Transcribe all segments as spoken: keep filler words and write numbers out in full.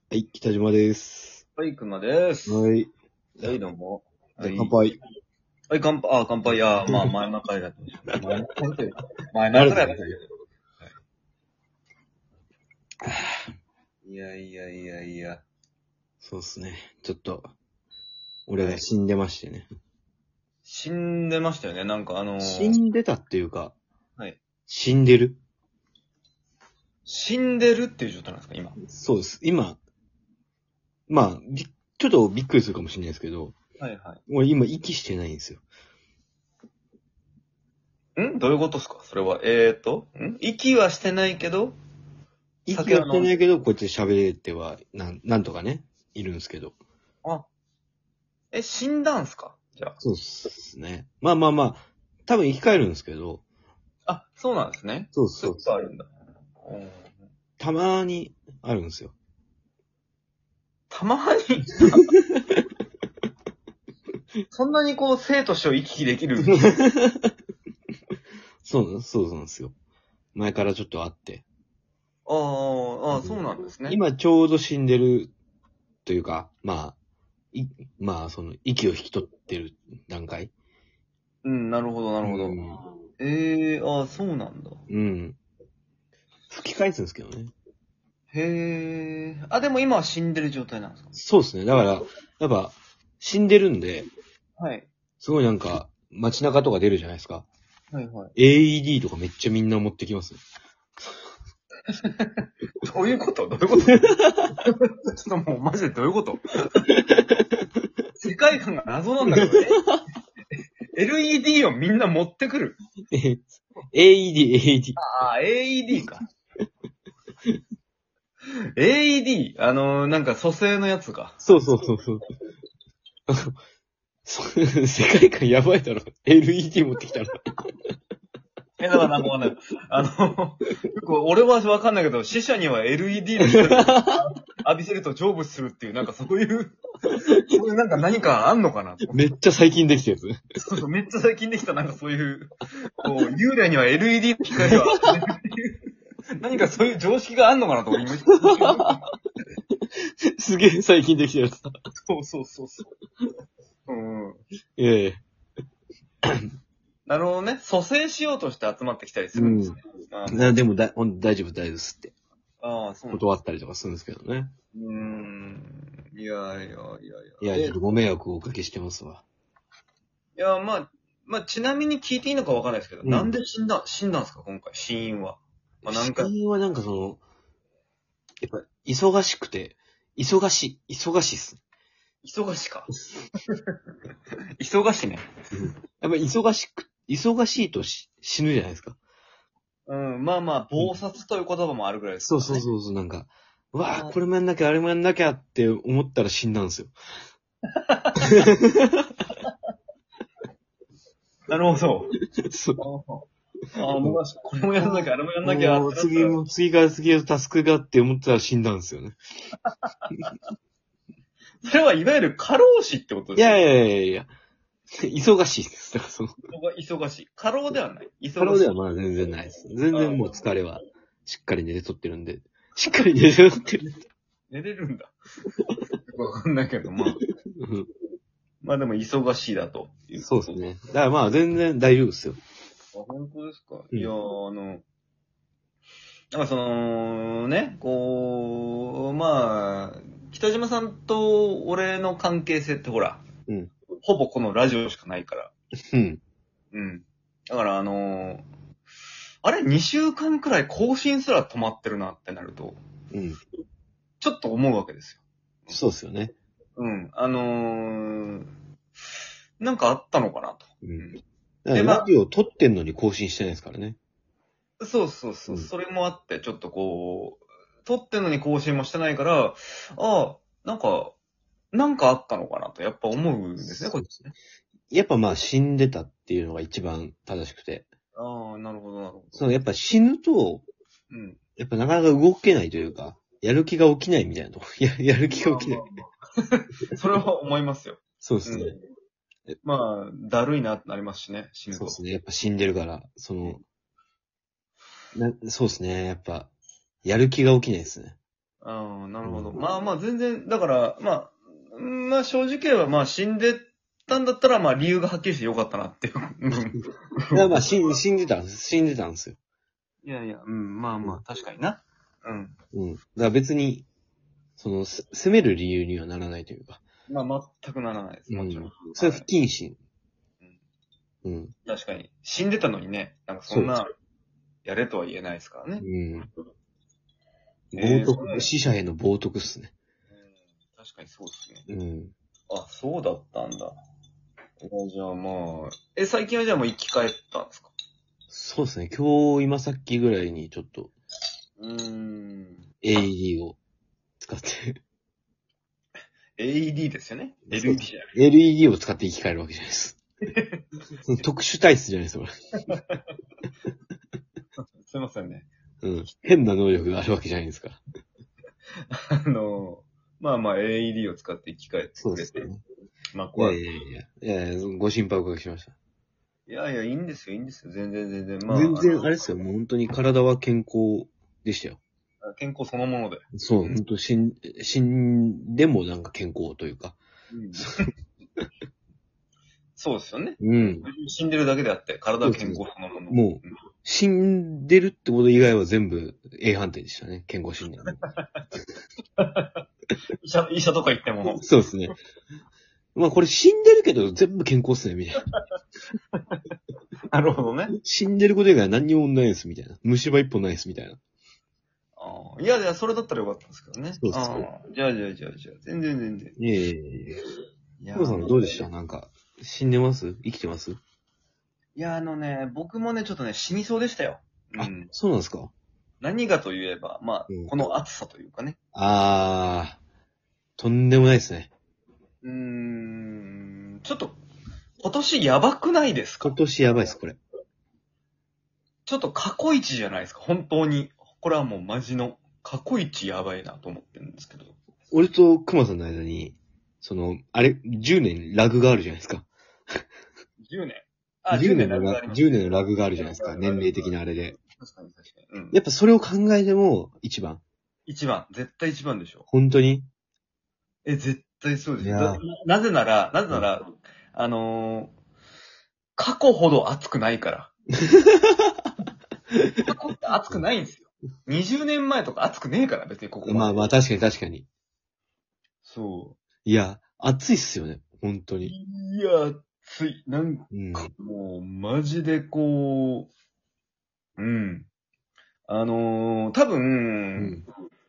はい、北島です。 はい、熊です。 はい。 はい、どうも。 じゃあ乾杯。 はい、乾杯、あ、乾杯。いや、まあ、前の回だったんですけど。前の回というか、前の回だったんですけど。いやいやいやいや。 そうっすね。ちょっと、俺が死んでましてね。 死んでましたよね、なんかあのー、 死んでたっていうか、 はい。 死んでる。 死んでるっていう状態なんですか、今。 そうです。今、まあ、びちょっとびっくりするかもしれないですけど、 はいはい。 俺今息してないんですよ。 んどういうことですかそれは。えーと、ん息はしてないけど、 息はして酒は飲んないけど、こうやって喋れては、なん、なんとかね、いるんですけど。 あ、え、死んだんすかじゃそうですね。まあまあまあ、多分生き返るんですけど、 あ。あ、そうなんですね。 そうそういうそうそう。 ことあるんだ。うんたまーにあるんですよ。 たまに、そんなにこう、生と死を行き来できるそうなんそうなんですよ。前からちょっとあって。 ああ、ああ、そうなんですね。 今ちょうど死んでるというか、まあ、い、まあ、その、息を引き取ってる段階。 うん、なるほど、なうるほど。 ん。 ええああ、そうなんだ。 うん。吹き返すんですけどね。 へえ。あ、でも今は死んでる状態なんですかそうですね。だから、やっぱ、死んでるんで、 はい。 すごいなんか、街中とか出るじゃないですか。 はいはい。 エーイーディー とかめっちゃみんな持ってきますね。 どういうことどういうことちょっともうマジでどういうこと世界観が謎なんだけどね。エルイーディー をみんな持ってくる。 エーイーディー、エーイーディー。 ああ、エーイーディー か。エーイーディー? あのー、なんか蘇生のやつか。 そうそうそうそう。そう世界観やばいだろ。エルイーディー 持ってきたら。 え、だからなんかわかんない。あの、結構俺はわかんないけど、死者には エルイーディー の光を浴びせると成仏するっていう、なんかそういう、そういうなんか何かあんのかなめっちゃ最近できたやつ。 そうそう、めっちゃ最近できたなんかそういう、こう、幽霊には エルイーディー の光を当てるっていう、何かそういう常識があんのかなと俺今、 すげえ最近できたやつだ。 そうそうそうそう。うん。 ええ。 なるほどね。蘇生しようとして集まってきたりするんですね。あーなでもだ、ほん大丈夫、大丈夫ですって。 あー、そうなんだ。 断ったりとかするんですけどね。 うーん。いやいやいやいや。 いや、 えちょっとご迷惑をおかけしてますわ。 いや、まあ、まあ、ちなみに聞いていいのかわかんないですけど、 うん。 なんで死んだ、死んだんですか、今回、死因は。まあ、なんか、 死因はなんかその、やっぱ、忙しくて、忙しい、忙しいっす。 忙しか。忙しね。 うん。やっぱ忙しく、忙しいとし死ぬじゃないですか。 うん、まあまあ、暴殺という言葉もあるぐらいですかそうらね。 そうそうそう、なんか、うわあ、 あこれもやんなきゃ、あれもやんなきゃって思ったら死んだんですよ。 なるほど。 そう。 ああ、もう、これもやんなきゃ、あれもやんなきゃ、 もう次も、次から次へとタスクがって思ったら死んだんですよね。 それはいわゆる過労死ってことですかいやいやいやいや、忙しいです。だからその、 忙しい。過労ではない。忙しい。 過労ではまだ全然ないです。全然もう疲れは、しっかり寝て取ってるんで、しっかり寝て取ってる。 寝れるんだ。わかんないけど、まあ。 うんまあでも忙しいだというそうですね。だからまあ全然大丈夫ですよ。 あ、本当ですか、 うんいやー、あの、なんかその、ね、こう、まあ、北島さんと俺の関係性ってほら、 うん。 ほぼこのラジオしかないから。 うん。 うん。だからあのーあれ、にしゅうかんくらい更新すら止まってるなってなると、 うん。 ちょっと思うわけですよ。 そうですよね。 うん。あのー、なんかあったのかなと。 う。 うんん。 だからで、まラジオ撮ってんのに更新してないですからね。 あ、そうそうそう、 うんそれもあって、ちょっとこう、撮ってんのに更新もしてないから、ああ、なんか、なんかあったのかなと、やっぱ思うんですね、こっちね。 やっぱまあ死んでたっていうのが一番正しくて。 ああ、なるほど、なるほど。 そのやっぱ死ぬと、 うん。 やっぱなかなか動けないというか、やる気が起きないみたいなとこ。や、やる気が起きない。 それは思いますよ。 そうですね。 うん。まあ、だるいなってなりますしね、死ぬと。 そうですね。やっぱ死んでるから、その、な、そうですね。やっぱ、やる気が起きないですね。 ああ、なるほど。 うんまあまあ全然、だから、まあ、うんまあ正直言えば、まあ死んでたんだったら、まあ理由がはっきりしてよかったなっていう。うんいや、まあ、死ん死んでたんです。死んでたんですよ。 いやいや、うん、まあまあ、確かにな。うん。 うん。だから別に、その、す責める理由にはならないというか。 まあ全くならないです、もちろん。 うん。それは不はい謹慎。うん。 確かに。死んでたのにね、なんかそんそうな、やれとは言えないですからね。 うん。 えー冒涜、死者への冒涜っすね。 うん確かにそうですね。 うん。 あ、そうだったんだ。えじゃあまあ、え、最近はじゃあもう生き返ったんですか？ そうですね。今日、今さっきぐらいにちょっとうーん。 エーイーディー を使って、 エーイーディー ですよね。 そうエルイーディー じゃない。 エルイーディー を使って生き返るわけじゃないです。その特殊体質じゃないです、これ。 すいませんね。 うん。変な能力があるわけじゃないですか。 あの、まあまあ エーイーディー を使って生き返ってそうくれて。 ですね。 まあ、 い怖い。 やいやいや。いやいや、ご心配おかけしました。 いやいや、いいんですよ、いいんですよ。全然全然。まあ、 全然、あれですよ。もう本当に体は健康でしたよ。 あの健康そのもので。 そう、 うん本当死ん、死んでもなんか健康というか。 うんそうですよね。 うん。 死んでるだけであって、体は健康そのもの。 もう、死んでるってこと以外は全部 A 判定でしたね。健康診断。 医者、医者とか行っても。 そうですね。まあこれ死んでるけど全部健康っすね、みたいな。 なるほどね。 死んでること以外は何にもないです、みたいな。虫歯一本ないです、みたいな。 あーいやいや、それだったらよかったんですけどね。 そうそうあーじゃあじゃあじゃあじゃあ、全然全然。 いえいえいえ。 いやコウさんどうでしたなんか、死んでます生きてますいや、あのね、僕もね、ちょっとね、死にそうでしたよ。うあん。、 そうなんですか何がといえば、まあ、 うんこの暑さというかね。 あー、とんでもないですね。 うーん、ちょっと、今年やばくないですか？ 今年やばいです、これ。 ちょっと過去一じゃないですか、本当に。これはもうマジの過去一やばいなと思ってるんですけど。 俺と熊さんの間に、その、あれ、じゅうねんラグがあるじゃないですか。 じゅうねん。あ、 10 10 年年ラグのラ、 がありますじゅうねんのラグがあるじゃないですか。年齢的なあれで。 確かに確かに。うん。 やっぱそれを考えても、一番。 一番。絶対一番でしょ。 本当にえ、絶対そうですよ。 いやーななぜなら、なぜなら、あのー、過去ほど熱くないから。過去って熱くないんですよ。にじゅうねんまえとか熱くねえから、別にここまで。 まあまあ、確かに確かに。 そいや、熱いっすよね。本当う。 に。 いや、熱い。なんうん。 かもう、マジでこう、うん。あのー、多分、 うん。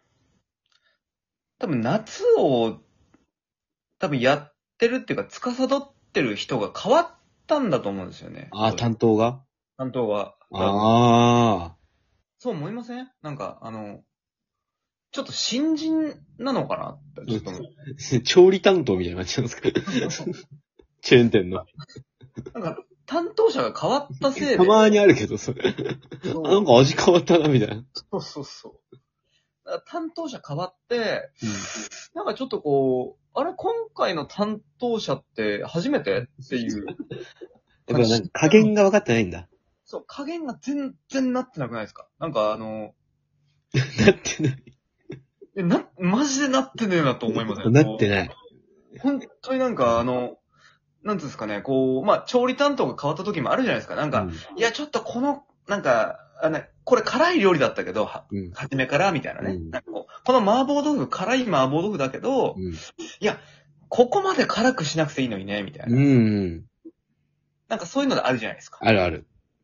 多分夏を、多分やってるっていうか、司ってる人が変わったんだと思うんですよね。 ああ、担当が担当が。 ああ。 そう思いません？なんか、あの、ちょっと新人なのかなって、ちょっと思う。 調理担当みたいになっちゃうんですかチェーン店の。 なんか、担当者が変わったせいで。 たまにあるけど、それ。 そうなんか味変わったな、みたいな。 そうそうそう。だから担当者変わって、 うんなんかちょっとこう、あれ、今回の担当者って初めてっていう。 やっぱなんか加減が分かってないんだ。 そう、加減が全然なってなくないですか？なんかあの、 なってない。 え、な、マジでなってねえなと思いません？ なってない。 本当になんかあの、なんつうんですかね、こう、まあ、調理担当が変わった時もあるじゃないですか。なんか、 うんいや、ちょっとこの、なんか、あの、これ辛い料理だったけど、は、 うん。 初めから、みたいなね。 うんなんかこうこの麻婆豆腐、辛い麻婆豆腐だけど、 うん。 ここまで辛くしなくていいのにね、みたいな。 うんうん。 なんかそういうのがあるじゃないですか。 あるある。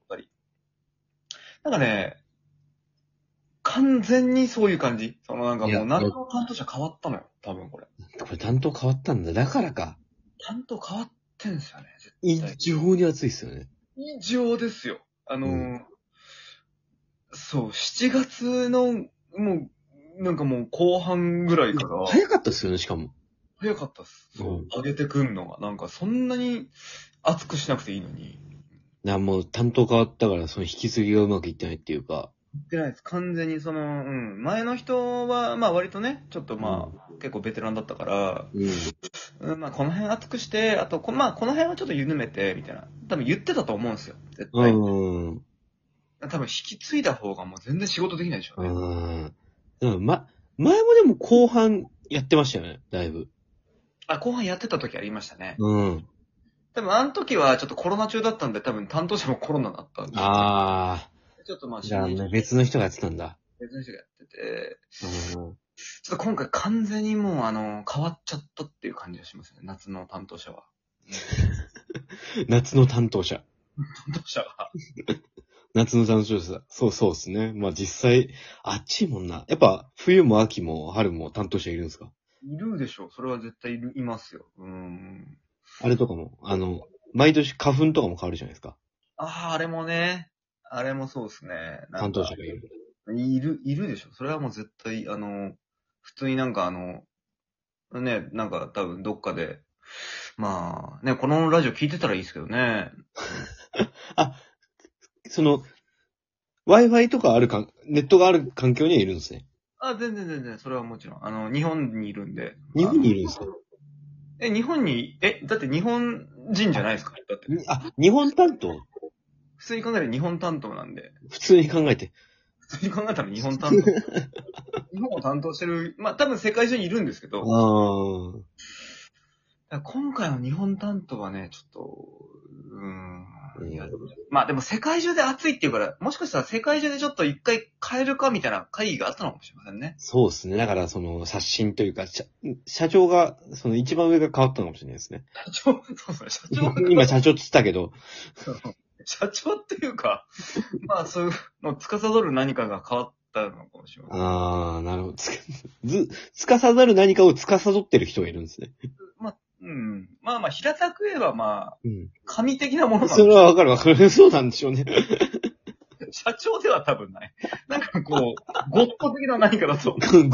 なんかね、完全にそういう感じ。そのなんかいやもう、何の担当者変わったのよ。多分これ。 これ担当変わったんだ。だからか。 担当変わってんすよね、 異絶対。 常に熱いっすよね。 異常ですよ。あのーうんそう、しちがつの、もう、なんかもう後半ぐらいから、 早かったっすよね、しかも。 早かったっす。そう、 うん上げてくんのが。なんかそんなに熱くしなくていいのに。 な、もう担当変わったから、その引き継ぎがうまくいってないっていうか。 言ってないです。完全にその、うん。前の人は、まあ割とね、ちょっとまあ、結構ベテランだったから、 うん。 うん、まあこの辺熱くして、あと、こまあこの辺はちょっと緩めて、みたいな。多分言ってたと思うんですよ。絶対。 うん。 多分引き継いだ方がもう全然仕事できないでしょうね。 うん。でも、ま、 前もでも後半やってましたよね、だいぶ。 あ、後半やってた時ありましたね。 うん。 多分あの時はちょっとコロナ中だったんで、多分担当者もコロナだったんで。 あちょっとまあ、 ー。じゃあね、別の人がやってたんだ。 別の人がやってて、 うん。 ちょっと今回完全にもうあの、変わっちゃったっていう感じがしますね、夏の担当者は。 夏の担当者。 担当者は。 夏の担当者。そうそうですね。まあ実際、あっちいもんな。やっぱ、冬も秋も春も担当者いるんですか？ いるでしょう。それは絶対いる、いますよ。うーん。 あれとかも、あの、毎年花粉とかも変わるじゃないですか。 ああ、あれもね。あれもそうですね。なん担当か者がいる。 いる、いるでしょ。それはもう絶対、あの、普通になんかあの、ね、なんか多分どっかで、まあ、ね、このラジオ聞いてたらいいですけどね。 あ、その、Wi-Fi とかあるか、ネットがある環境にはいるんですね。 あ、全然全然、それはもちろん。あの、日本にいるんで。 日本にいるるんですか？ え、日本に、え、だって日本人じゃないですかだって。 にあ、日本担当？ 普通に考えたら日本担当なんで。 普通に考えて。 普通に考えたら日本担当。日本を担当してる、まあ多分世界中にいるんですけど、 ああ。 今回の日本担当はね、ちょっと、うーん。 うんいやまあでも世界中で暑いっていうから、もしかしたら世界中でちょっと一回変えるかみたいな会議があったのかもしれませんね。 そうですね。だから、その、刷新というか、社社長が、その一番上が変わったのかもしれないですね。 社長、そうそう、社長が今、社長って言ったけど、 社長っていうか、まあそういうの、司る何かが変わったのかもしれません。 ああ、なるほど。つか、ず、司る何かを司ってる人がいるんですね。 まあ、うん。まあまあ、平たく言えばまあ、 うん。 神的なものなんでそれはわかるわかる。そうなんでしょうね。 社長では多分ない。なんかこう、ゴッド的な何かだと思う。